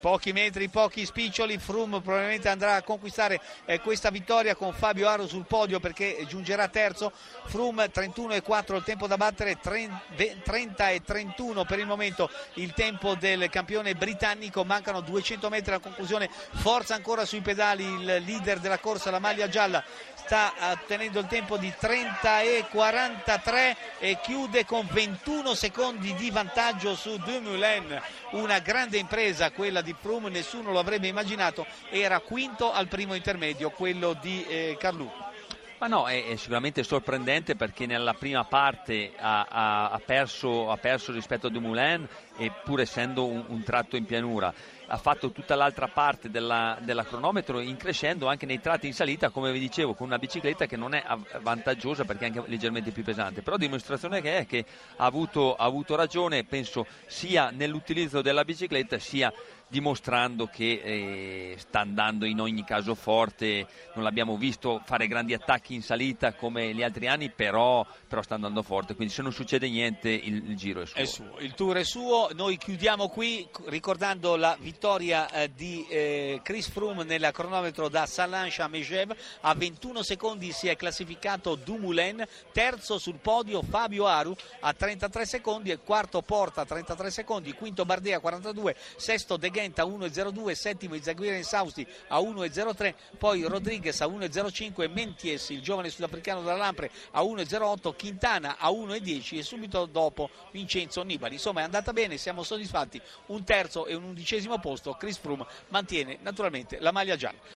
Pochi metri, pochi spiccioli, Froome probabilmente andrà a conquistare questa vittoria con Fabio Aru sul podio perché giungerà terzo. Froome 31,4 il tempo da battere, 30,31 per il momento il tempo del campione britannico, mancano 200 metri alla conclusione, forza ancora sui pedali il leader della corsa, la maglia gialla, sta ottenendo il tempo di 30,43 e chiude con 21 secondi di vantaggio su Dumoulin. Una grande impresa quella di Froome, nessuno lo avrebbe immaginato, era quinto al primo intermedio quello di Carlù. Ma no, è sicuramente sorprendente perché nella prima parte ha perso rispetto a Dumoulin, e pur essendo un tratto in pianura ha fatto tutta l'altra parte della cronometro in crescendo anche nei tratti in salita, come vi dicevo, con una bicicletta che non è vantaggiosa perché è anche leggermente più pesante, però dimostrazione che ha avuto ragione, penso, sia nell'utilizzo della bicicletta sia dimostrando che sta andando in ogni caso forte. Non l'abbiamo visto fare grandi attacchi in salita come gli altri anni, però sta andando forte, quindi se non succede niente il giro è suo. Il tour è suo. Noi chiudiamo qui ricordando la vittoria di Chris Froome nella cronometro da Sallanches a Megève, a 21 secondi si è classificato Dumoulin, terzo sul podio Fabio Aru a 33 secondi e quarto Porta a 33 secondi, quinto Bardet a 42, sesto De Gendt a 1,02, settimo Izagirre Insausti a 1,03, poi Rodriguez a 1,05, Menties, il giovane sudafricano della Lampre, a 1,08, Quintana a 1,10 e subito dopo Vincenzo Nibali. Insomma, è andata bene, siamo soddisfatti, un terzo e un 11° posto. Chris Froome mantiene naturalmente la maglia gialla.